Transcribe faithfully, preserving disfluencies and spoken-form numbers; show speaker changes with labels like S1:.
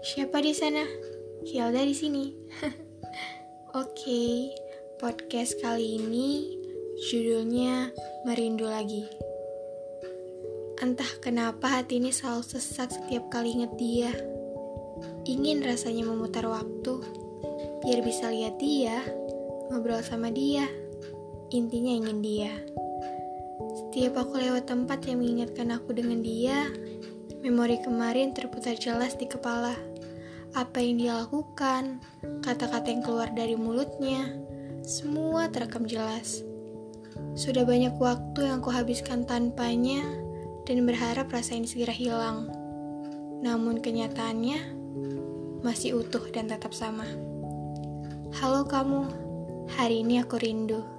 S1: Siapa di sana? Hilda di sini. Oke, podcast kali ini judulnya Merindu Lagi. Entah kenapa hati ini selalu sesak setiap kali inget dia. Ingin rasanya memutar waktu, biar bisa lihat dia, ngobrol sama dia. Intinya ingin dia. Setiap aku lewat tempat yang mengingatkan aku dengan dia, memori kemarin terputar jelas di kepala. Apa yang dia lakukan, kata-kata yang keluar dari mulutnya, semua terekam jelas. Sudah banyak waktu yang aku habiskan tanpanya dan berharap rasa ini segera hilang. Namun kenyataannya masih utuh dan tetap sama. Halo kamu, hari ini aku rindu.